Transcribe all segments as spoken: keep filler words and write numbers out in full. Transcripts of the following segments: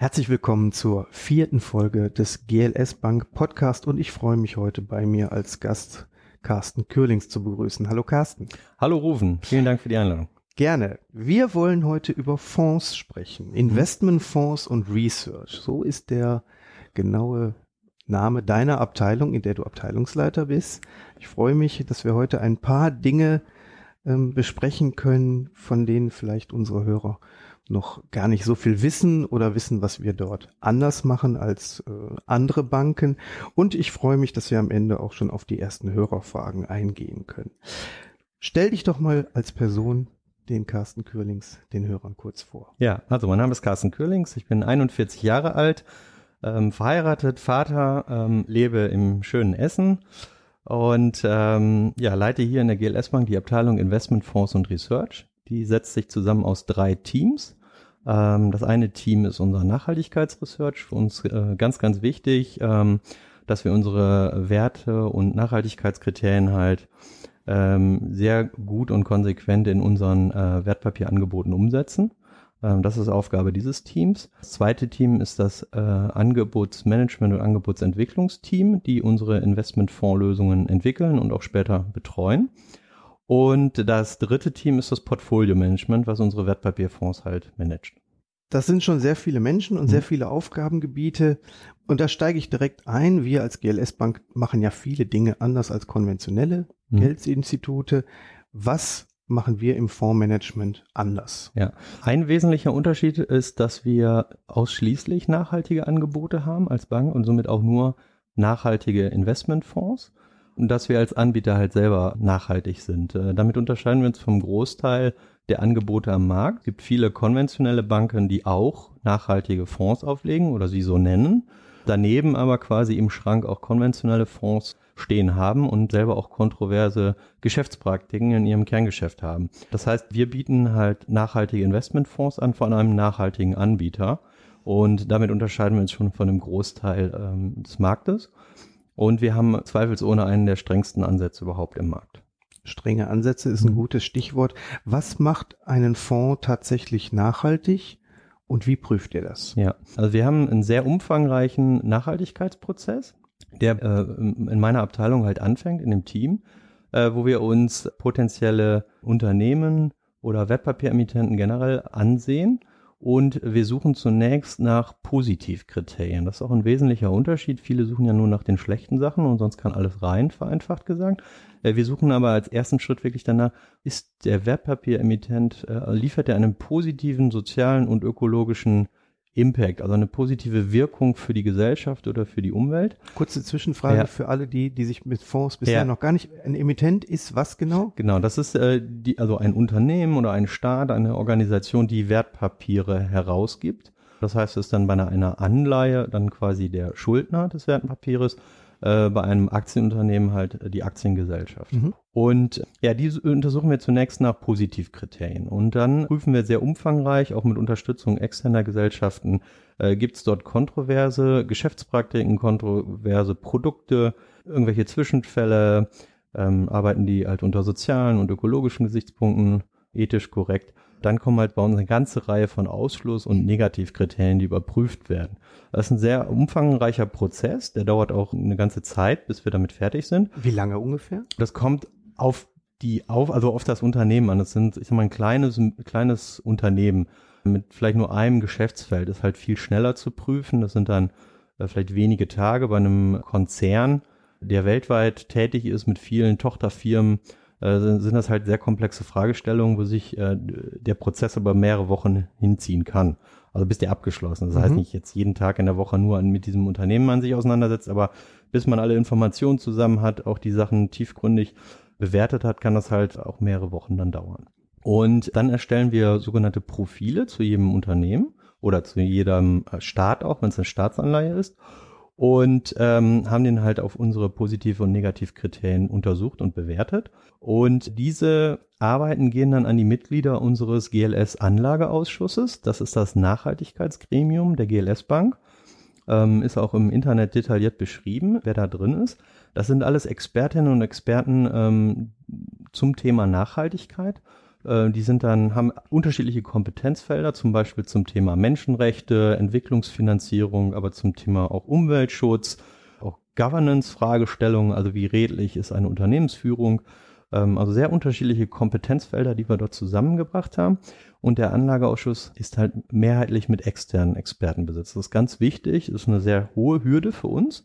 Herzlich willkommen zur vierten Folge des G L S Bank Podcast und ich freue mich heute bei mir als Gast Carsten Kürlings zu begrüßen. Hallo Carsten. Hallo Rufen, vielen Dank für die Einladung. Gerne. Wir wollen heute über Fonds sprechen, Investmentfonds und Research. So ist der genaue Name deiner Abteilung, in der du Abteilungsleiter bist. Ich freue mich, dass wir heute ein paar Dinge ähm, besprechen können, von denen vielleicht unsere Hörer noch gar nicht so viel wissen oder wissen, was wir dort anders machen als äh, andere Banken. Und ich freue mich, dass wir am Ende auch schon auf die ersten Hörerfragen eingehen können. Stell dich doch mal als Person, den Carsten Kürlings, den Hörern kurz vor. Ja, also mein Name ist Carsten Kürlings, ich bin einundvierzig Jahre alt, ähm, verheiratet, Vater, ähm, lebe im schönen Essen und ähm, ja, leite hier in der G L S Bank die Abteilung Investmentfonds und Research. Die setzt sich zusammen aus drei Teams. Ähm, das eine Team ist unser Nachhaltigkeitsresearch, für uns äh, ganz, ganz wichtig, ähm, dass wir unsere Werte und Nachhaltigkeitskriterien halt ähm, sehr gut und konsequent in unseren äh, Wertpapierangeboten umsetzen. Ähm, das ist Aufgabe dieses Teams. Das zweite Team ist das äh, Angebotsmanagement und Angebotsentwicklungsteam, die unsere Investmentfondslösungen entwickeln und auch später betreuen. Und das dritte Team ist das Portfolio-Management, was unsere Wertpapierfonds halt managt. Das sind schon sehr viele Menschen und mhm. sehr viele Aufgabengebiete. Und da steige ich direkt ein. Wir als G L S Bank machen ja viele Dinge anders als konventionelle mhm. Geldinstitute. Was machen wir im Fondsmanagement anders? Ja, ein wesentlicher Unterschied ist, dass wir ausschließlich nachhaltige Angebote haben als Bank und somit auch nur nachhaltige Investmentfonds. Und dass wir als Anbieter halt selber nachhaltig sind. Äh, damit unterscheiden wir uns vom Großteil der Angebote am Markt. Es gibt viele konventionelle Banken, die auch nachhaltige Fonds auflegen oder sie so nennen. Daneben aber quasi im Schrank auch konventionelle Fonds stehen haben und selber auch kontroverse Geschäftspraktiken in ihrem Kerngeschäft haben. Das heißt, wir bieten halt nachhaltige Investmentfonds an von einem nachhaltigen Anbieter. Und damit unterscheiden wir uns schon von dem Großteil ähm, des Marktes. Und wir haben zweifelsohne einen der strengsten Ansätze überhaupt im Markt. Strenge Ansätze ist ein gutes Stichwort. Was macht einen Fonds tatsächlich nachhaltig und wie prüft ihr das? Ja, also wir haben einen sehr umfangreichen Nachhaltigkeitsprozess, der äh, in meiner Abteilung halt anfängt, in dem Team, äh, wo wir uns potenzielle Unternehmen oder Wertpapieremittenten generell ansehen. Und wir suchen zunächst nach Positivkriterien. Das ist auch ein wesentlicher Unterschied. Viele suchen ja nur nach den schlechten Sachen und sonst kann alles rein, vereinfacht gesagt. Wir suchen aber als ersten Schritt wirklich danach, ist der Wertpapieremittent, äh, liefert er einen positiven sozialen und ökologischen Impact, also eine positive Wirkung für die Gesellschaft oder für die Umwelt. Kurze Zwischenfrage ja. für alle, die die sich mit Fonds bisher ja. noch gar nicht, ein Emittent ist was genau? Genau, das ist äh, die, also ein Unternehmen oder ein Staat, eine Organisation, die Wertpapiere herausgibt. Das heißt, es ist dann bei einer, einer Anleihe dann quasi der Schuldner des Wertpapieres, äh, bei einem Aktienunternehmen halt die Aktiengesellschaft. Mhm. Und ja, diese untersuchen wir zunächst nach Positivkriterien und dann prüfen wir sehr umfangreich, auch mit Unterstützung externer Gesellschaften, äh, gibt es dort kontroverse Geschäftspraktiken, kontroverse Produkte, irgendwelche Zwischenfälle, ähm, arbeiten die halt unter sozialen und ökologischen Gesichtspunkten ethisch korrekt. Dann kommen halt bei uns eine ganze Reihe von Ausschluss- und Negativkriterien, die überprüft werden. Das ist ein sehr umfangreicher Prozess, der dauert auch eine ganze Zeit, bis wir damit fertig sind. Wie lange ungefähr? Das kommt auf die, auf, also auf das Unternehmen an. Das sind, ich sag mal, ein kleines, kleines Unternehmen mit vielleicht nur einem Geschäftsfeld. Das ist halt viel schneller zu prüfen. Das sind dann äh, vielleicht wenige Tage. Bei einem Konzern, der weltweit tätig ist mit vielen Tochterfirmen, sind das halt sehr komplexe Fragestellungen, wo sich äh, der Prozess über mehrere Wochen hinziehen kann. Also bis der abgeschlossen ist. Das mhm. heißt nicht jetzt jeden Tag in der Woche nur mit diesem Unternehmen man sich auseinandersetzt, aber bis man alle Informationen zusammen hat, auch die Sachen tiefgründig bewertet hat, kann das halt auch mehrere Wochen dann dauern. Und dann erstellen wir sogenannte Profile zu jedem Unternehmen oder zu jedem Staat auch, wenn es eine Staatsanleihe ist. Und ähm, haben den halt auf unsere Positiv- und Negativkriterien untersucht und bewertet. Und diese Arbeiten gehen dann an die Mitglieder unseres G L S-Anlageausschusses. Das ist das Nachhaltigkeitsgremium der G L S Bank. Ähm, ist auch im Internet detailliert beschrieben, wer da drin ist. Das sind alles Expertinnen und Experten ähm, zum Thema Nachhaltigkeit. Die sind dann, haben unterschiedliche Kompetenzfelder, zum Beispiel zum Thema Menschenrechte, Entwicklungsfinanzierung, aber zum Thema auch Umweltschutz, auch Governance-Fragestellungen, also wie redlich ist eine Unternehmensführung. Also sehr unterschiedliche Kompetenzfelder, die wir dort zusammengebracht haben. Und der Anlageausschuss ist halt mehrheitlich mit externen Experten besetzt. Das ist ganz wichtig, ist eine sehr hohe Hürde für uns.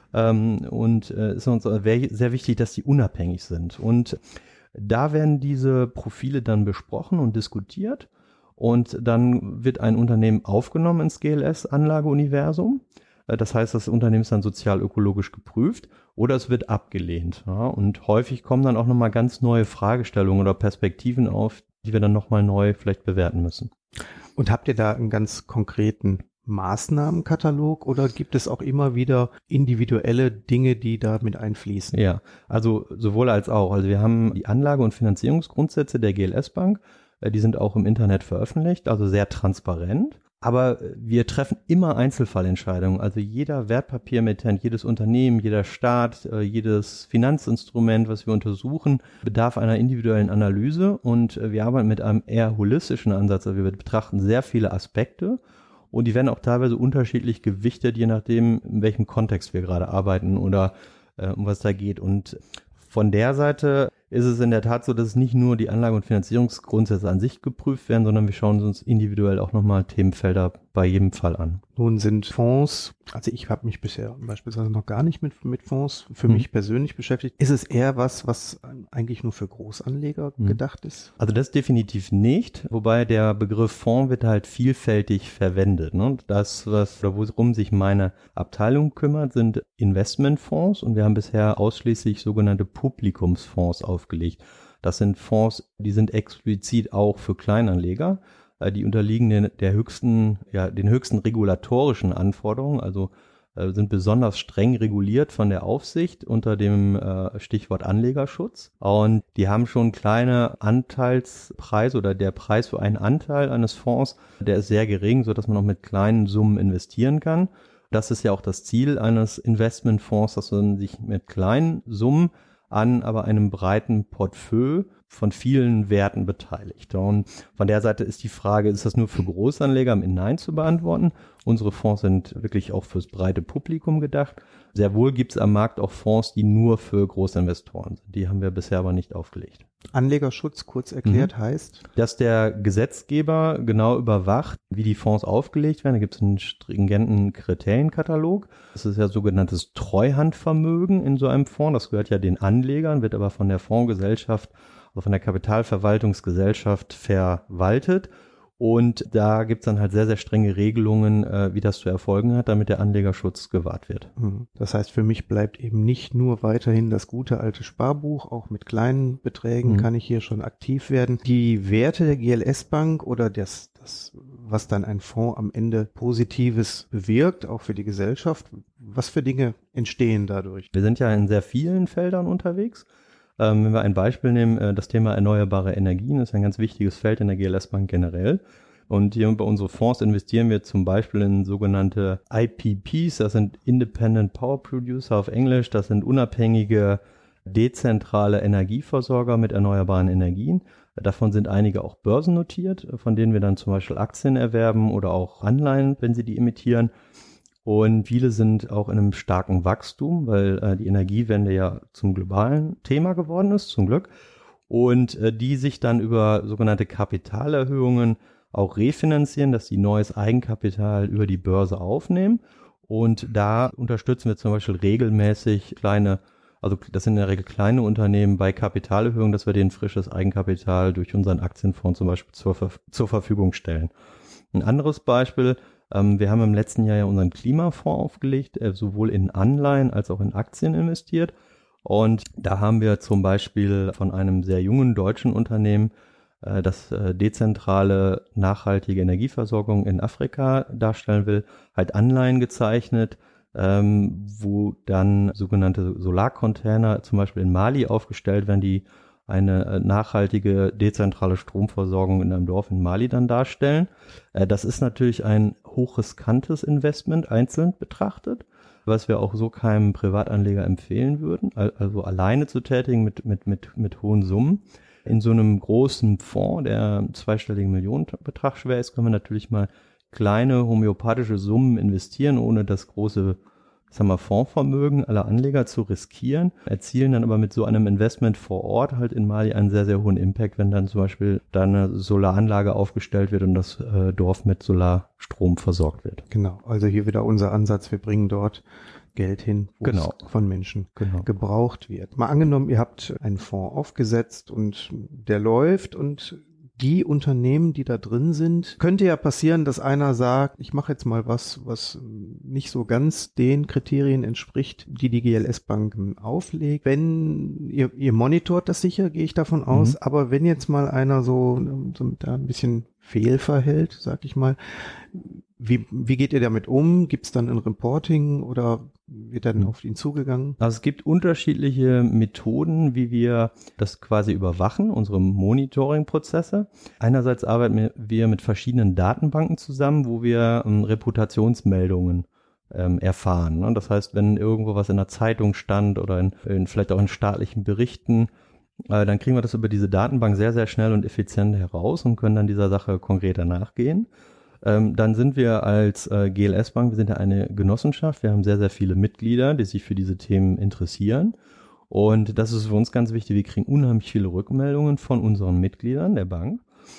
Und es ist uns sehr wichtig, dass die unabhängig sind. Und da werden diese Profile dann besprochen und diskutiert und dann wird ein Unternehmen aufgenommen ins G L S-Anlageuniversum. Das heißt, das Unternehmen ist dann sozial-ökologisch geprüft oder es wird abgelehnt. Ja? Und häufig kommen dann auch nochmal ganz neue Fragestellungen oder Perspektiven auf, die wir dann nochmal neu vielleicht bewerten müssen. Und habt ihr da einen ganz konkreten Maßnahmenkatalog oder gibt es auch immer wieder individuelle Dinge, die da mit einfließen? Ja, also sowohl als auch. Also wir haben die Anlage- und Finanzierungsgrundsätze der G L S-Bank, die sind auch im Internet veröffentlicht, also sehr transparent. Aber wir treffen immer Einzelfallentscheidungen. Also jeder Wertpapieremittent, jedes Unternehmen, jeder Staat, jedes Finanzinstrument, was wir untersuchen, bedarf einer individuellen Analyse und wir arbeiten mit einem eher holistischen Ansatz. Also wir betrachten sehr viele Aspekte. Und die werden auch teilweise unterschiedlich gewichtet, je nachdem, in welchem Kontext wir gerade arbeiten oder äh, um was da geht. Und von der Seite ist es in der Tat so, dass nicht nur die Anlage- und Finanzierungsgrundsätze an sich geprüft werden, sondern wir schauen uns individuell auch nochmal Themenfelder bei jedem Fall an. Nun sind Fonds, also ich habe mich bisher beispielsweise noch gar nicht mit, mit Fonds für hm. mich persönlich beschäftigt. Ist es eher was, was eigentlich nur für Großanleger hm. gedacht ist? Also das definitiv nicht, wobei der Begriff Fonds wird halt vielfältig verwendet. Ne? Das, was, oder worum sich meine Abteilung kümmert, sind Investmentfonds und wir haben bisher ausschließlich sogenannte Publikumsfonds aufgelegt. Das sind Fonds, die sind explizit auch für Kleinanleger. Die unterliegen den, der höchsten, ja, den höchsten regulatorischen Anforderungen, also äh, sind besonders streng reguliert von der Aufsicht unter dem äh, Stichwort Anlegerschutz. Und die haben schon kleine Anteilspreise oder der Preis für einen Anteil eines Fonds, der ist sehr gering, sodass man auch mit kleinen Summen investieren kann. Das ist ja auch das Ziel eines Investmentfonds, dass man sich mit kleinen Summen an aber einem breiten Portfolio von vielen Werten beteiligt. Und von der Seite ist die Frage, ist das nur für Großanleger mit Nein zu beantworten? Unsere Fonds sind wirklich auch fürs breite Publikum gedacht. Sehr wohl gibt es am Markt auch Fonds, die nur für Großinvestoren sind. Die haben wir bisher aber nicht aufgelegt. Anlegerschutz, kurz erklärt, mhm. heißt? Dass der Gesetzgeber genau überwacht, wie die Fonds aufgelegt werden. Da gibt es einen stringenten Kriterienkatalog. Das ist ja sogenanntes Treuhandvermögen in so einem Fonds. Das gehört ja den Anlegern, wird aber von der Fondsgesellschaft, also von der Kapitalverwaltungsgesellschaft verwaltet. Und da gibt es dann halt sehr, sehr strenge Regelungen, äh, wie das zu erfolgen hat, damit der Anlegerschutz gewahrt wird. Das heißt, für mich bleibt eben nicht nur weiterhin das gute alte Sparbuch, auch mit kleinen Beträgen mhm. kann ich hier schon aktiv werden. Die Werte der G L S-Bank oder das, das, was dann ein Fonds am Ende Positives bewirkt, auch für die Gesellschaft, was für Dinge entstehen dadurch? Wir sind ja in sehr vielen Feldern unterwegs. Ähm, wenn wir ein Beispiel nehmen, äh, das Thema erneuerbare Energien ist ein ganz wichtiges Feld in der G L S-Bank generell. Und hier bei unseren Fonds investieren wir zum Beispiel in sogenannte I P Ps, das sind Independent Power Producer auf Englisch, das sind unabhängige, dezentrale Energieversorger mit erneuerbaren Energien. Davon sind einige auch börsennotiert, von denen wir dann zum Beispiel Aktien erwerben oder auch Anleihen, wenn sie die emittieren. Und viele sind auch in einem starken Wachstum, weil äh, die Energiewende ja zum globalen Thema geworden ist, zum Glück. Und äh, die sich dann über sogenannte Kapitalerhöhungen auch refinanzieren, dass sie neues Eigenkapital über die Börse aufnehmen. Und da unterstützen wir zum Beispiel regelmäßig kleine, also das sind in der Regel kleine Unternehmen bei Kapitalerhöhungen, dass wir denen frisches Eigenkapital durch unseren Aktienfonds zum Beispiel zur, zur Verfügung stellen. Ein anderes Beispiel, wir haben im letzten Jahr ja unseren Klimafonds aufgelegt, sowohl in Anleihen als auch in Aktien investiert. Und da haben wir zum Beispiel von einem sehr jungen deutschen Unternehmen, das dezentrale, nachhaltige Energieversorgung in Afrika darstellen will, halt Anleihen gezeichnet, wo dann sogenannte Solarcontainer zum Beispiel in Mali aufgestellt werden, die eine nachhaltige, dezentrale Stromversorgung in einem Dorf in Mali dann darstellen. Das ist natürlich ein hochriskantes Investment, einzeln betrachtet, was wir auch so keinem Privatanleger empfehlen würden, also alleine zu tätigen mit, mit, mit, mit hohen Summen. In so einem großen Fonds, der einen zweistelligen Millionenbetrag schwer ist, können wir natürlich mal kleine homöopathische Summen investieren, ohne das große, sagen wir, Fondsvermögen aller Anleger zu riskieren, erzielen dann aber mit so einem Investment vor Ort halt in Mali einen sehr, sehr hohen Impact, wenn dann zum Beispiel da eine Solaranlage aufgestellt wird und das äh, Dorf mit Solarstrom versorgt wird. Genau, also hier wieder unser Ansatz, wir bringen dort Geld hin, wo genau. es von Menschen genau. gebraucht wird. Mal angenommen, ihr habt einen Fonds aufgesetzt und der läuft und die Unternehmen, die da drin sind, könnte ja passieren, dass einer sagt, ich mache jetzt mal was, was nicht so ganz den Kriterien entspricht, die die G L S-Bank auflegt. Wenn ihr, ihr monitort das sicher, gehe ich davon aus, mhm. aber wenn jetzt mal einer so, so da ein bisschen fehlverhält, sag ich mal, wie, wie geht ihr damit um? Gibt es dann ein Reporting oder wird dann auf ihn zugegangen? Also es gibt unterschiedliche Methoden, wie wir das quasi überwachen, unsere Monitoring-Prozesse. Einerseits arbeiten wir mit verschiedenen Datenbanken zusammen, wo wir ähm, Reputationsmeldungen ähm, erfahren. Ne? Das heißt, wenn irgendwo was in der Zeitung stand oder in, in vielleicht auch in staatlichen Berichten, äh, dann kriegen wir das über diese Datenbank sehr, sehr schnell und effizient heraus und können dann dieser Sache konkreter nachgehen. Ähm, dann sind wir als äh, G L S-Bank, wir sind ja eine Genossenschaft, wir haben sehr, sehr viele Mitglieder, die sich für diese Themen interessieren und das ist für uns ganz wichtig, wir kriegen unheimlich viele Rückmeldungen von unseren Mitgliedern der Bank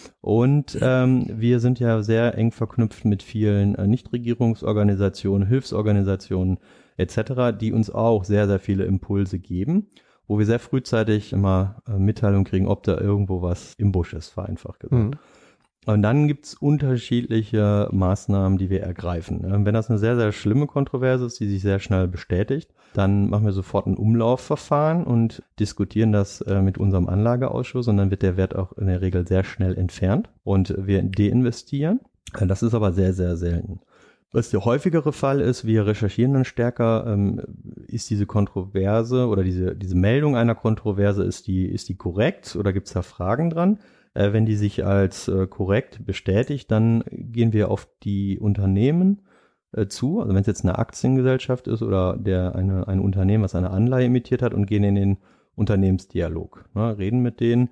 und ähm, wir sind ja sehr eng verknüpft mit vielen äh, Nichtregierungsorganisationen, Hilfsorganisationen et cetera, die uns auch sehr, sehr viele Impulse geben, wo wir sehr frühzeitig immer äh, Mitteilung kriegen, ob da irgendwo was im Busch ist, vereinfacht gesagt. Mhm. Und dann gibt's unterschiedliche Maßnahmen, die wir ergreifen. Wenn das eine sehr, sehr schlimme Kontroverse ist, die sich sehr schnell bestätigt, dann machen wir sofort ein Umlaufverfahren und diskutieren das mit unserem Anlageausschuss und dann wird der Wert auch in der Regel sehr schnell entfernt und wir deinvestieren. Das ist aber sehr, sehr selten. Was der häufigere Fall ist, wir recherchieren dann stärker, ähm, ist diese Kontroverse oder diese, diese Meldung einer Kontroverse, ist die, ist die korrekt oder gibt's da Fragen dran? Wenn die sich als äh, korrekt bestätigt, dann gehen wir auf die Unternehmen äh, zu, also wenn es jetzt eine Aktiengesellschaft ist oder der eine ein Unternehmen, was eine Anleihe emittiert hat und gehen in den Unternehmensdialog, ne, reden mit denen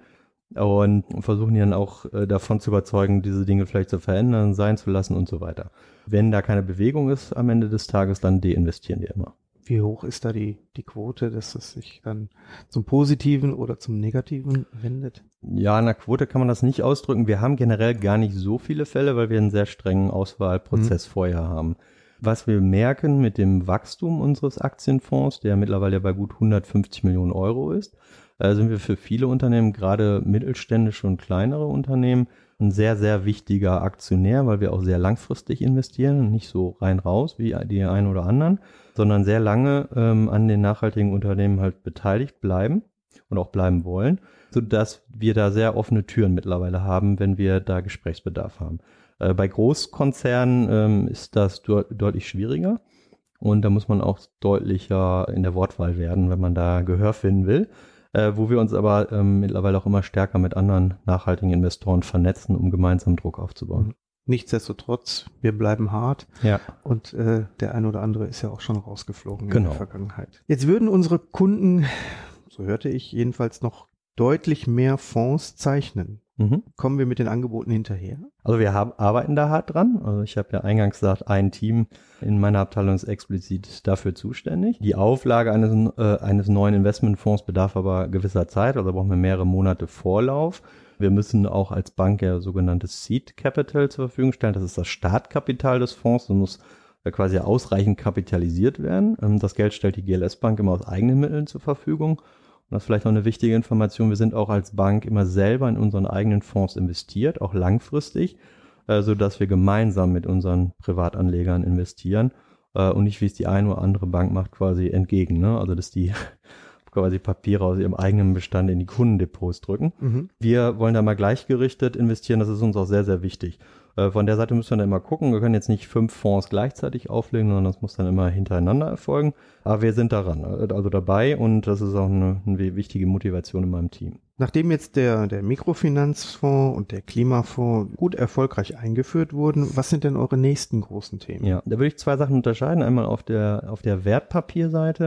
und versuchen die dann auch äh, davon zu überzeugen, diese Dinge vielleicht zu verändern, sein zu lassen und so weiter. Wenn da keine Bewegung ist am Ende des Tages, dann deinvestieren wir immer. Wie hoch ist da die, die Quote, dass es sich dann zum Positiven oder zum Negativen wendet? Ja, in der Quote kann man das nicht ausdrücken. Wir haben generell gar nicht so viele Fälle, weil wir einen sehr strengen Auswahlprozess mhm. vorher haben. Was wir merken mit dem Wachstum unseres Aktienfonds, der mittlerweile bei gut hundertfünfzig Millionen Euro ist, äh, sind wir für viele Unternehmen, gerade mittelständische und kleinere Unternehmen, ein sehr, sehr wichtiger Aktionär, weil wir auch sehr langfristig investieren, nicht so rein raus wie die einen oder anderen, sondern sehr lange ähm, an den nachhaltigen Unternehmen halt beteiligt bleiben und auch bleiben wollen, sodass wir da sehr offene Türen mittlerweile haben, wenn wir da Gesprächsbedarf haben. Äh, bei Großkonzernen ähm, ist das de- deutlich schwieriger und da muss man auch deutlicher in der Wortwahl werden, wenn man da Gehör finden will. Äh, wo wir uns aber ähm, mittlerweile auch immer stärker mit anderen nachhaltigen Investoren vernetzen, um gemeinsam Druck aufzubauen. Nichtsdestotrotz, wir bleiben hart ja. und äh, der ein oder andere ist ja auch schon rausgeflogen genau. in der Vergangenheit. Jetzt würden unsere Kunden, so hörte ich jedenfalls, noch deutlich mehr Fonds zeichnen. Mhm. Kommen wir mit den Angeboten hinterher? Also wir haben, arbeiten da hart dran. Also ich habe ja eingangs gesagt, ein Team in meiner Abteilung ist explizit dafür zuständig. Die Auflage eines, äh, eines neuen Investmentfonds bedarf aber gewisser Zeit, also brauchen wir mehrere Monate Vorlauf. Wir müssen auch als Bank ja sogenanntes Seed Capital zur Verfügung stellen. Das ist das Startkapital des Fonds. Das muss ja quasi ausreichend kapitalisiert werden. Das Geld stellt die G L S-Bank immer aus eigenen Mitteln zur Verfügung. Und das ist vielleicht noch eine wichtige Information. Wir sind auch als Bank immer selber in unseren eigenen Fonds investiert, auch langfristig, äh, sodass wir gemeinsam mit unseren Privatanlegern investieren äh, und nicht, wie es die eine oder andere Bank macht, quasi entgegen. Ne? Also, dass die quasi Papiere aus ihrem eigenen Bestand in die Kundendepots drücken. Mhm. Wir wollen da mal gleichgerichtet investieren. Das ist uns auch sehr, sehr wichtig. Äh, von der Seite müssen wir dann immer gucken. Wir können jetzt nicht fünf Fonds gleichzeitig auflegen, sondern das muss dann immer hintereinander erfolgen. Aber wir sind daran, also dabei, und das ist auch eine, eine wichtige Motivation in meinem Team. Nachdem jetzt der, der Mikrofinanzfonds und der Klimafonds gut erfolgreich eingeführt wurden, was sind denn eure nächsten großen Themen? Ja, da würde ich zwei Sachen unterscheiden. Einmal auf der, auf der Wertpapierseite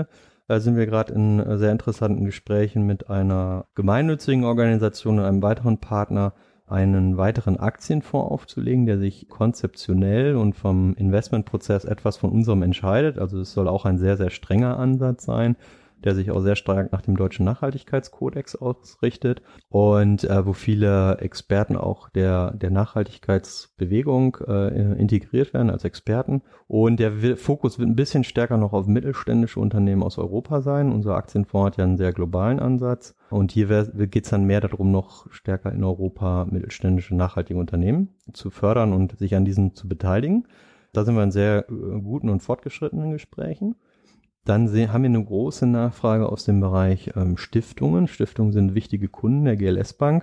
äh, sind wir gerade in äh, sehr interessanten Gesprächen mit einer gemeinnützigen Organisation und einem weiteren Partner, einen weiteren Aktienfonds aufzulegen, der sich konzeptionell und vom Investmentprozess etwas von unserem entscheidet. Also es soll auch ein sehr, sehr strenger Ansatz sein, der sich auch sehr stark nach dem deutschen Nachhaltigkeitskodex ausrichtet und äh, wo viele Experten auch der der Nachhaltigkeitsbewegung äh, integriert werden als Experten. Und der will, Fokus wird ein bisschen stärker noch auf mittelständische Unternehmen aus Europa sein. Unser Aktienfonds hat ja einen sehr globalen Ansatz. Und hier geht es dann mehr darum, noch stärker in Europa mittelständische nachhaltige Unternehmen zu fördern und sich an diesen zu beteiligen. Da sind wir in sehr äh, guten und fortgeschrittenen Gesprächen. Dann haben wir eine große Nachfrage aus dem Bereich ähm, Stiftungen. Stiftungen sind wichtige Kunden der G L S Bank,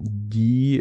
die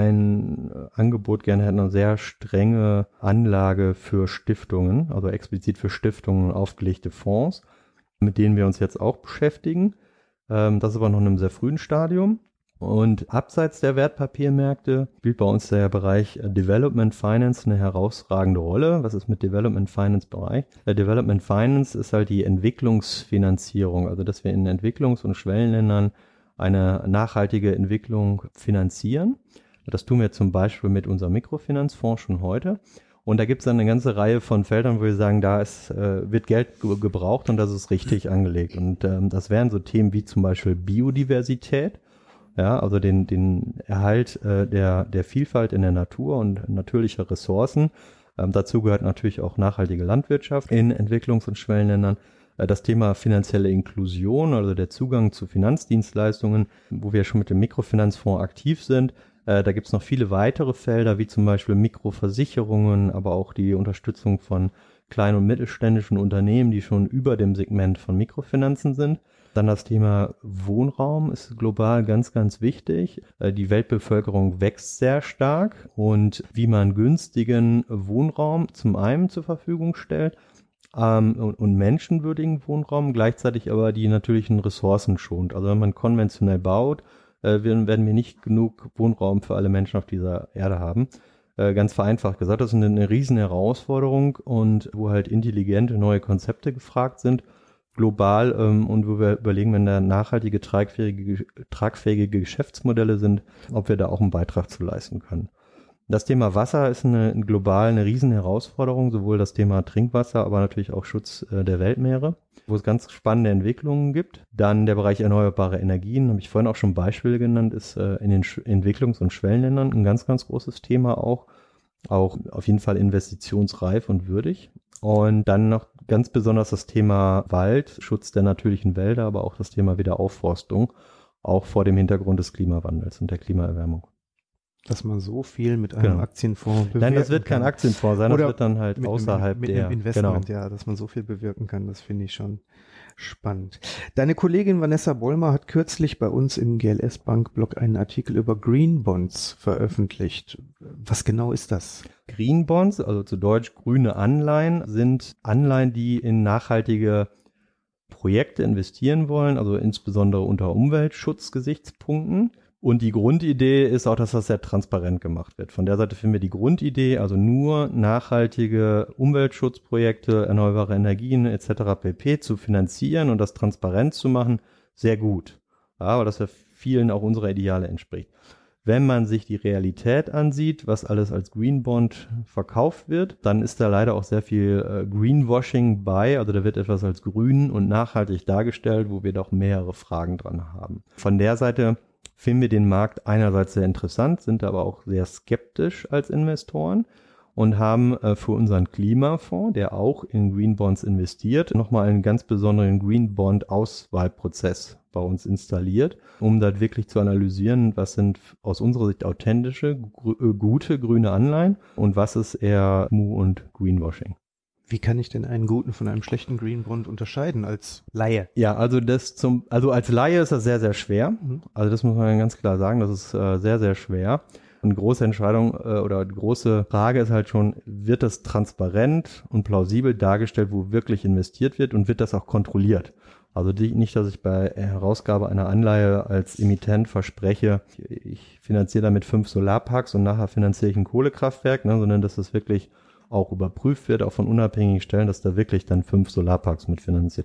ein äh, Angebot gerne hätten, eine sehr strenge Anlage für Stiftungen, also explizit für Stiftungen aufgelegte Fonds, mit denen wir uns jetzt auch beschäftigen. Ähm, das ist aber noch in einem sehr frühen Stadium. Und abseits der Wertpapiermärkte spielt bei uns der Bereich Development Finance eine herausragende Rolle. Was ist mit Development Finance Bereich? Der Development Finance ist halt die Entwicklungsfinanzierung, also dass wir in Entwicklungs- und Schwellenländern eine nachhaltige Entwicklung finanzieren. Das tun wir zum Beispiel mit unserem Mikrofinanzfonds schon heute. Und da gibt es dann eine ganze Reihe von Feldern, wo wir sagen, da ist, äh, wird Geld ge- gebraucht und das ist richtig angelegt. Und ähm, das wären so Themen wie zum Beispiel Biodiversität. Ja, also den, den Erhalt äh, der, der Vielfalt in der Natur und natürlicher Ressourcen. Ähm, dazu gehört natürlich auch nachhaltige Landwirtschaft in Entwicklungs- und Schwellenländern. Äh, das Thema finanzielle Inklusion, also der Zugang zu Finanzdienstleistungen, wo wir schon mit dem Mikrofinanzfonds aktiv sind. Äh, da gibt es noch viele weitere Felder, wie zum Beispiel Mikroversicherungen, aber auch die Unterstützung von kleinen und mittelständischen Unternehmen, die schon über dem Segment von Mikrofinanzen sind. Dann das Thema Wohnraum ist global ganz, ganz wichtig. Die Weltbevölkerung wächst sehr stark und wie man günstigen Wohnraum zum einen zur Verfügung stellt ähm, und, und menschenwürdigen Wohnraum, gleichzeitig aber die natürlichen Ressourcen schont. Also wenn man konventionell baut, äh, werden wir nicht genug Wohnraum für alle Menschen auf dieser Erde haben. Äh, ganz vereinfacht gesagt, das ist eine, eine riesen Herausforderung und wo halt intelligente neue Konzepte gefragt sind. Global ähm, und wo wir überlegen, wenn da nachhaltige, tragfähige, tragfähige Geschäftsmodelle sind, ob wir da auch einen Beitrag zu leisten können. Das Thema Wasser ist eine, global eine riesen Herausforderung, sowohl das Thema Trinkwasser, aber natürlich auch Schutz äh, der Weltmeere, wo es ganz spannende Entwicklungen gibt. Dann der Bereich erneuerbare Energien, habe ich vorhin auch schon Beispiele genannt, ist äh, in den Sch- Entwicklungs- und Schwellenländern ein ganz, ganz großes Thema auch. Auch auf jeden Fall investitionsreif und würdig. Und dann noch ganz besonders das Thema Wald, Schutz der natürlichen Wälder, aber auch das Thema Wiederaufforstung, auch vor dem Hintergrund des Klimawandels und der Klimaerwärmung. Dass man so viel mit einem genau. Aktienfonds bewirken Nein, das wird kann. kein Aktienfonds sein, Oder das wird dann halt mit außerhalb einem, mit der... einem Investment, genau. ja, dass man so viel bewirken kann, das finde ich schon spannend. Deine Kollegin Vanessa Bollmer hat kürzlich bei uns im G L S Bank Blog einen Artikel über Green Bonds veröffentlicht. Was genau ist das? Green Bonds, also zu Deutsch grüne Anleihen, sind Anleihen, die in nachhaltige Projekte investieren wollen, also insbesondere unter Umweltschutzgesichtspunkten. Und die Grundidee ist auch, dass das sehr transparent gemacht wird. Von der Seite finden wir die Grundidee, also nur nachhaltige Umweltschutzprojekte, erneuerbare Energien et cetera pp. Zu finanzieren und das transparent zu machen, sehr gut. Ja, weil das ja vielen auch unserer Ideale entspricht. Wenn man sich die Realität ansieht, was alles als Green Bond verkauft wird, dann ist da leider auch sehr viel äh, Greenwashing bei. Also da wird etwas als grün und nachhaltig dargestellt, wo wir doch mehrere Fragen dran haben. Von der Seite finden wir den Markt einerseits sehr interessant, sind aber auch sehr skeptisch als Investoren und haben äh, für unseren Klimafonds, der auch in Green Bonds investiert, nochmal einen ganz besonderen Green Bond Auswahlprozess bei uns installiert, um dort wirklich zu analysieren, was sind aus unserer Sicht authentische, gr- gute grüne Anleihen und was ist eher Mu und Greenwashing. Wie kann ich denn einen guten von einem schlechten Green Bond unterscheiden als Laie? Ja, also das zum, also als Laie ist das sehr, sehr schwer. Mhm. Also das muss man ganz klar sagen, das ist äh, sehr, sehr schwer. Eine große Entscheidung äh, oder eine große Frage ist halt schon, wird das transparent und plausibel dargestellt, wo wirklich investiert wird und wird das auch kontrolliert? Also die, nicht, dass ich bei Herausgabe einer Anleihe als Emittent verspreche, ich finanziere damit fünf Solarparks und nachher finanziere ich ein Kohlekraftwerk, ne, sondern dass das wirklich auch überprüft wird, auch von unabhängigen Stellen, dass da wirklich dann fünf Solarparks mitfinanziert wurden.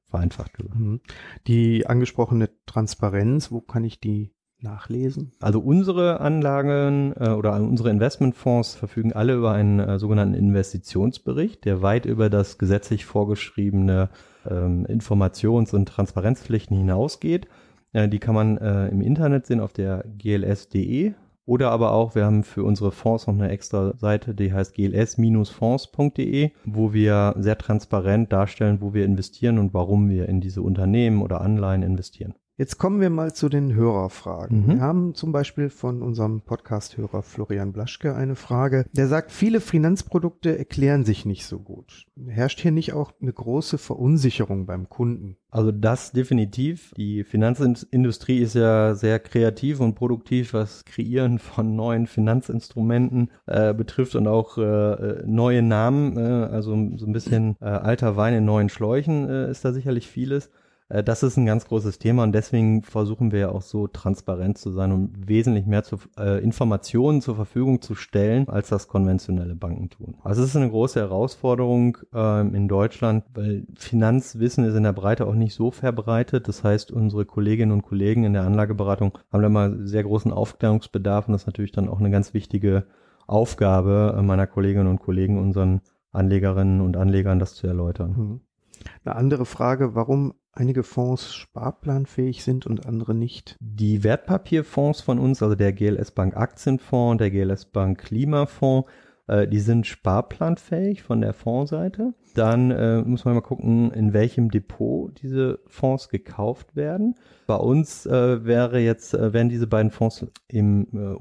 vereinfacht gesagt. Die angesprochene Transparenz, wo kann ich die nachlesen? Also unsere Anlagen äh, oder unsere Investmentfonds verfügen alle über einen äh, sogenannten Investitionsbericht, der weit über das gesetzlich vorgeschriebene ähm, Informations- und Transparenzpflichten hinausgeht. Äh, die kann man äh, im Internet sehen auf der G L S punkt de oder aber auch, wir haben für unsere Fonds noch eine extra Seite, die heißt G L S Fonds punkt de, wo wir sehr transparent darstellen, wo wir investieren und warum wir in diese Unternehmen oder Anleihen investieren. Jetzt kommen wir mal zu den Hörerfragen. Mhm. Wir haben zum Beispiel von unserem Podcast-Hörer Florian Blaschke eine Frage. Der sagt, viele Finanzprodukte erklären sich nicht so gut. Herrscht hier nicht auch eine große Verunsicherung beim Kunden? Also das definitiv. Die Finanzindustrie ist ja sehr kreativ und produktiv, was Kreieren von neuen Finanzinstrumenten äh, betrifft und auch äh, neue Namen. Äh, also so ein bisschen äh, alter Wein in neuen Schläuchen äh, ist da sicherlich vieles. Das ist ein ganz großes Thema und deswegen versuchen wir ja auch so transparent zu sein und wesentlich mehr zu, äh, Informationen zur Verfügung zu stellen, als das konventionelle Banken tun. Also es ist eine große Herausforderung äh, in Deutschland, weil Finanzwissen ist in der Breite auch nicht so verbreitet. Das heißt, unsere Kolleginnen und Kollegen in der Anlageberatung haben da mal sehr großen Aufklärungsbedarf und das ist natürlich dann auch eine ganz wichtige Aufgabe meiner Kolleginnen und Kollegen, unseren Anlegerinnen und Anlegern das zu erläutern. Mhm. Eine andere Frage, warum einige Fonds sparplanfähig sind und andere nicht? Die Wertpapierfonds von uns, also der G L S Bank Aktienfonds, der G L S Bank Klimafonds, äh, die sind sparplanfähig von der Fondsseite. Dann äh, muss man mal gucken, in welchem Depot diese Fonds gekauft werden. Bei uns äh, wäre jetzt, äh, wären diese beiden Fonds im äh,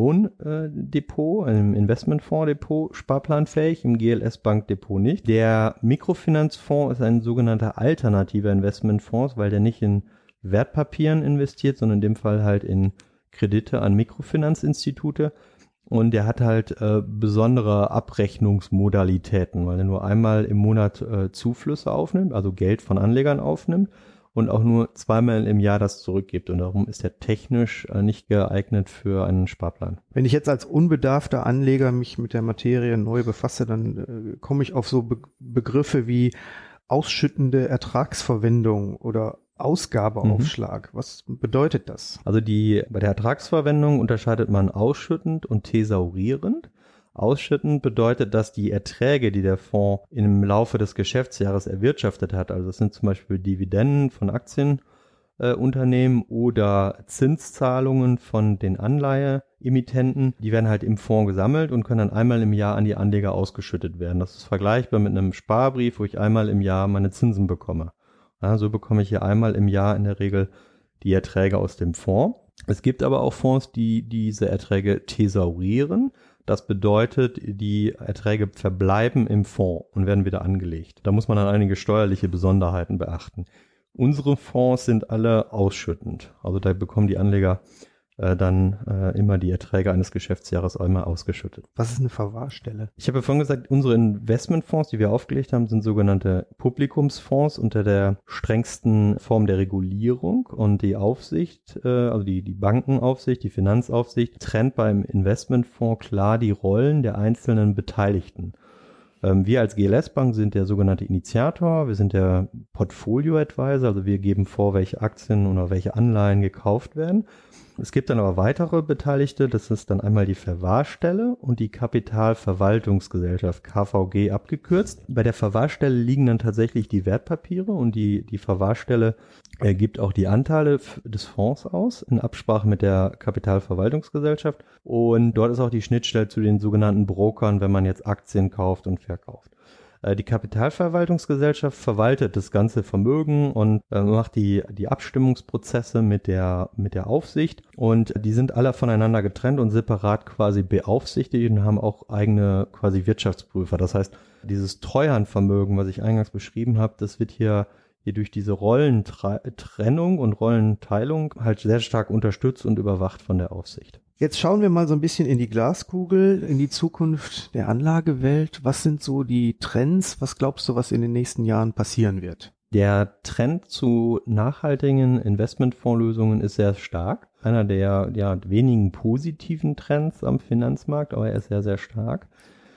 Union-Depot, äh, im Investmentfonds-Depot sparplanfähig, im G L S Bank-Depot nicht. Der Mikrofinanzfonds ist ein sogenannter alternativer Investmentfonds, weil der nicht in Wertpapieren investiert, sondern in dem Fall halt in Kredite an Mikrofinanzinstitute. Und der hat halt äh, besondere Abrechnungsmodalitäten, weil er nur einmal im Monat äh, Zuflüsse aufnimmt, also Geld von Anlegern aufnimmt und auch nur zweimal im Jahr das zurückgibt. Und darum ist er technisch äh, nicht geeignet für einen Sparplan. Wenn ich jetzt als unbedarfter Anleger mich mit der Materie neu befasse, dann äh, komme ich auf so Be- Begriffe wie ausschüttende Ertragsverwendung oder Ausgabeaufschlag. Mhm. Was bedeutet das? Also die, bei der Ertragsverwendung unterscheidet man ausschüttend und thesaurierend. Ausschüttend bedeutet, dass die Erträge, die der Fonds im Laufe des Geschäftsjahres erwirtschaftet hat, also das sind zum Beispiel Dividenden von Aktienunternehmen äh, oder Zinszahlungen von den Anleiheemittenten, die werden halt im Fonds gesammelt und können dann einmal im Jahr an die Anleger ausgeschüttet werden. Das ist vergleichbar mit einem Sparbrief, wo ich einmal im Jahr meine Zinsen bekomme. Ja, so bekomme ich hier einmal im Jahr in der Regel die Erträge aus dem Fonds. Es gibt aber auch Fonds, die diese Erträge thesaurieren. Das bedeutet, die Erträge verbleiben im Fonds und werden wieder angelegt. Da muss man dann einige steuerliche Besonderheiten beachten. Unsere Fonds sind alle ausschüttend. Also da bekommen die Anleger äh, dann äh, immer die Erträge eines Geschäftsjahres einmal ausgeschüttet. Was ist eine Verwahrstelle? Ich habe ja vorhin gesagt, unsere Investmentfonds, die wir aufgelegt haben, sind sogenannte Publikumsfonds unter der strengsten Form der Regulierung und die Aufsicht, äh, also die, die Bankenaufsicht, die Finanzaufsicht, trennt beim Investmentfonds klar die Rollen der einzelnen Beteiligten. Ähm, wir als G L S Bank sind der sogenannte Initiator, wir sind der Portfolio-Advisor, also wir geben vor, welche Aktien oder welche Anleihen gekauft werden. Es gibt dann aber weitere Beteiligte, das ist dann einmal die Verwahrstelle und die Kapitalverwaltungsgesellschaft, K V G abgekürzt. Bei der Verwahrstelle liegen dann tatsächlich die Wertpapiere und die, die Verwahrstelle äh, gibt auch die Anteile f- des Fonds aus in Absprache mit der Kapitalverwaltungsgesellschaft und dort ist auch die Schnittstelle zu den sogenannten Brokern, wenn man jetzt Aktien kauft und verkauft. Die Kapitalverwaltungsgesellschaft verwaltet das ganze Vermögen und äh, macht die, die Abstimmungsprozesse mit der, mit der Aufsicht und die sind alle voneinander getrennt und separat quasi beaufsichtigt und haben auch eigene quasi Wirtschaftsprüfer. Das heißt, dieses Treuhandvermögen, was ich eingangs beschrieben habe, das wird hier, hier durch diese Rollentrennung und Rollenteilung halt sehr stark unterstützt und überwacht von der Aufsicht. Jetzt schauen wir mal so ein bisschen in die Glaskugel, in die Zukunft der Anlagewelt. Was sind so die Trends? Was glaubst du, was in den nächsten Jahren passieren wird? Der Trend zu nachhaltigen Investmentfondslösungen ist sehr stark. Einer der ja, wenigen positiven Trends am Finanzmarkt, aber er ist sehr, sehr stark.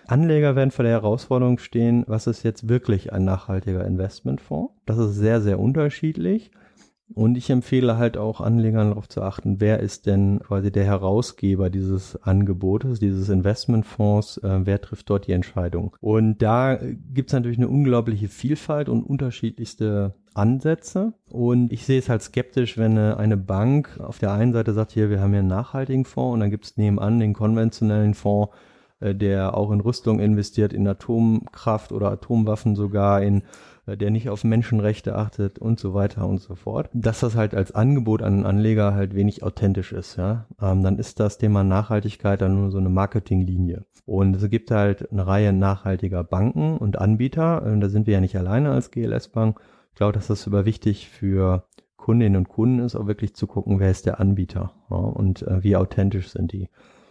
Anleger werden vor der Herausforderung stehen, was ist jetzt wirklich ein nachhaltiger Investmentfonds? Das ist sehr, sehr unterschiedlich. Und ich empfehle halt auch Anlegern darauf zu achten, wer ist denn quasi der Herausgeber dieses Angebotes, dieses Investmentfonds, äh, wer trifft dort die Entscheidung. Und da gibt es natürlich eine unglaubliche Vielfalt und unterschiedlichste Ansätze. Und ich sehe es halt skeptisch, wenn eine, eine Bank auf der einen Seite sagt, hier, wir haben hier einen nachhaltigen Fonds und dann gibt es nebenan den konventionellen Fonds, äh, der auch in Rüstung investiert, in Atomkraft oder Atomwaffen sogar, in der nicht auf Menschenrechte achtet und so weiter und so fort, dass das halt als Angebot an einen Anleger halt wenig authentisch ist, ja, ähm, dann ist das Thema Nachhaltigkeit dann nur so eine Marketinglinie. Und es gibt halt eine Reihe nachhaltiger Banken und Anbieter, äh, da sind wir ja nicht alleine als G L S-Bank. Ich glaube, dass das super wichtig für Kundinnen und Kunden ist, auch wirklich zu gucken, wer ist der Anbieter, ja, und äh, wie authentisch sind die.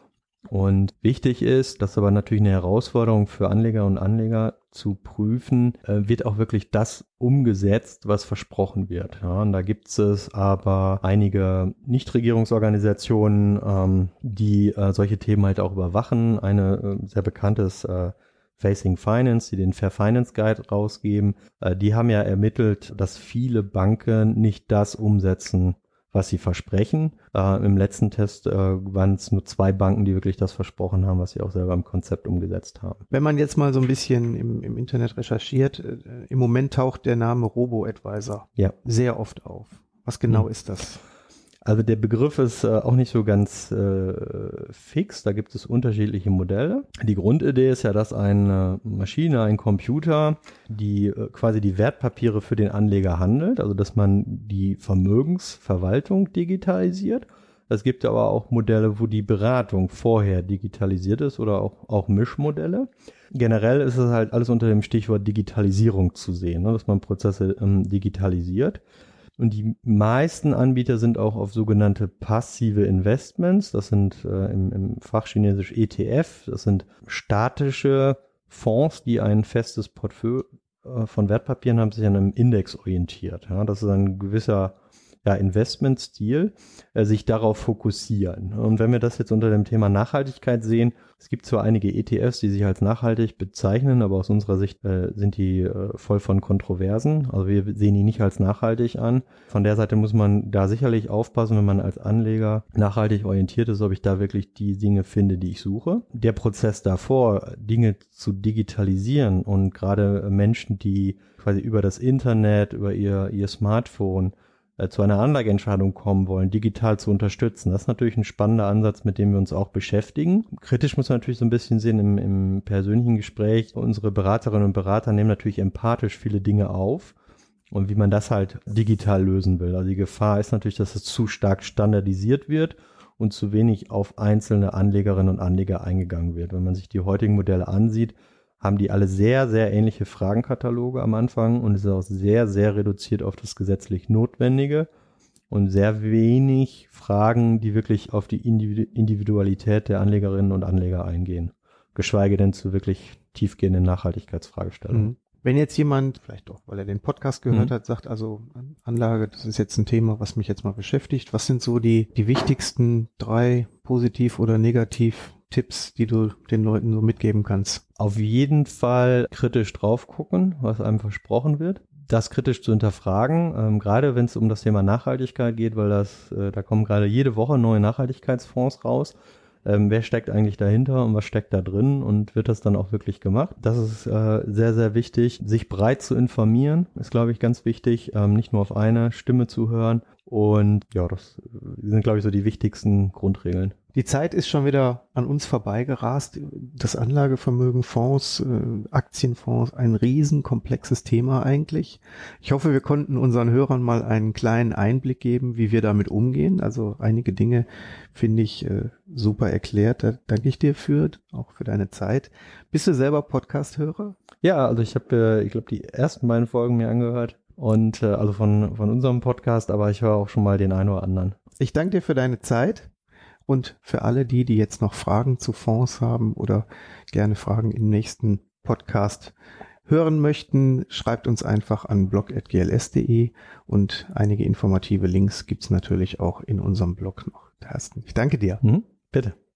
Und wichtig ist, das ist aber natürlich eine Herausforderung für Anleger und Anleger zu prüfen, äh, wird auch wirklich das umgesetzt, was versprochen wird. Ja, und da gibt es aber einige Nichtregierungsorganisationen, ähm, die äh, solche Themen halt auch überwachen. Eine äh, sehr bekanntes äh, Facing Finance, die den Fair Finance Guide rausgeben, äh, die haben ja ermittelt, dass viele Banken nicht das umsetzen, was sie versprechen. Äh, Im letzten Test äh, waren es nur zwei Banken, die wirklich das versprochen haben, was sie auch selber im Konzept umgesetzt haben. Wenn man jetzt mal so ein bisschen im, im Internet recherchiert, äh, im Moment taucht der Name Robo-Advisor ja. sehr oft auf. Was genau hm. ist das? Also der Begriff ist äh, auch nicht so ganz äh, fix, da gibt es unterschiedliche Modelle. Die Grundidee ist ja, dass eine Maschine, ein Computer, die äh, quasi die Wertpapiere für den Anleger handelt, also dass man die Vermögensverwaltung digitalisiert. Es gibt aber auch Modelle, wo die Beratung vorher digitalisiert ist oder auch, auch Mischmodelle. Generell ist es halt alles unter dem Stichwort Digitalisierung zu sehen, ne, dass man Prozesse ähm, digitalisiert. Und die meisten Anbieter sind auch auf sogenannte passive Investments. Das sind äh, im, im Fachchinesisch E T F. Das sind statische Fonds, die ein festes Portfolio äh, von Wertpapieren haben, sich an einem Index orientiert. Ja, das ist ein gewisser ja, Investmentstil, äh, sich darauf fokussieren. Und wenn wir das jetzt unter dem Thema Nachhaltigkeit sehen, es gibt zwar einige E T Fs, die sich als nachhaltig bezeichnen, aber aus unserer Sicht äh, sind die äh, voll von Kontroversen. Also wir sehen die nicht als nachhaltig an. Von der Seite muss man da sicherlich aufpassen, wenn man als Anleger nachhaltig orientiert ist, ob ich da wirklich die Dinge finde, die ich suche. Der Prozess davor, Dinge zu digitalisieren und gerade Menschen, die quasi über das Internet, über ihr, ihr Smartphone zu einer Anlageentscheidung kommen wollen, digital zu unterstützen. Das ist natürlich ein spannender Ansatz, mit dem wir uns auch beschäftigen. Kritisch muss man natürlich so ein bisschen sehen im, im persönlichen Gespräch. Unsere Beraterinnen und Berater nehmen natürlich empathisch viele Dinge auf und wie man das halt digital lösen will. Also die Gefahr ist natürlich, dass es zu stark standardisiert wird und zu wenig auf einzelne Anlegerinnen und Anleger eingegangen wird. Wenn man sich die heutigen Modelle ansieht, haben die alle sehr, sehr ähnliche Fragenkataloge am Anfang und es ist auch sehr, sehr reduziert auf das gesetzlich Notwendige und sehr wenig Fragen, die wirklich auf die Individualität der Anlegerinnen und Anleger eingehen, geschweige denn zu wirklich tiefgehenden Nachhaltigkeitsfragestellungen. Mhm. Wenn jetzt jemand, vielleicht auch, weil er den Podcast gehört mhm. hat, sagt, also Anlage, das ist jetzt ein Thema, was mich jetzt mal beschäftigt. Was sind so die, die wichtigsten drei Positiv- oder Negativ-Tipps, die du den Leuten so mitgeben kannst? Auf jeden Fall kritisch drauf gucken, was einem versprochen wird. Das kritisch zu hinterfragen, ähm, gerade wenn es um das Thema Nachhaltigkeit geht, weil das, äh, da kommen gerade jede Woche neue Nachhaltigkeitsfonds raus. Ähm, wer steckt eigentlich dahinter und was steckt da drin und wird das dann auch wirklich gemacht? Das ist äh, sehr, sehr wichtig. Sich breit zu informieren ist, glaube ich, ganz wichtig. Ähm, nicht nur auf eine Stimme zu hören. Und ja, das sind, glaube ich, so die wichtigsten Grundregeln. Die Zeit ist schon wieder an uns vorbeigerast. Das Anlagevermögen, Fonds, äh, Aktienfonds, ein riesen komplexes Thema eigentlich. Ich hoffe, wir konnten unseren Hörern mal einen kleinen Einblick geben, wie wir damit umgehen. Also einige Dinge finde ich äh, super erklärt. Da danke ich dir für, auch für deine Zeit. Bist du selber Podcast-Hörer? Ja, also ich habe, äh, ich glaube, die ersten beiden Folgen mir angehört. Und äh, also von, von unserem Podcast, aber ich höre auch schon mal den einen oder anderen. Ich danke dir für deine Zeit. Und für alle die, die jetzt noch Fragen zu Fonds haben oder gerne Fragen im nächsten Podcast hören möchten, schreibt uns einfach an blog at g l s punkt d e und einige informative Links gibt's natürlich auch in unserem Blog noch. Thorsten, ich danke dir. Mhm, bitte.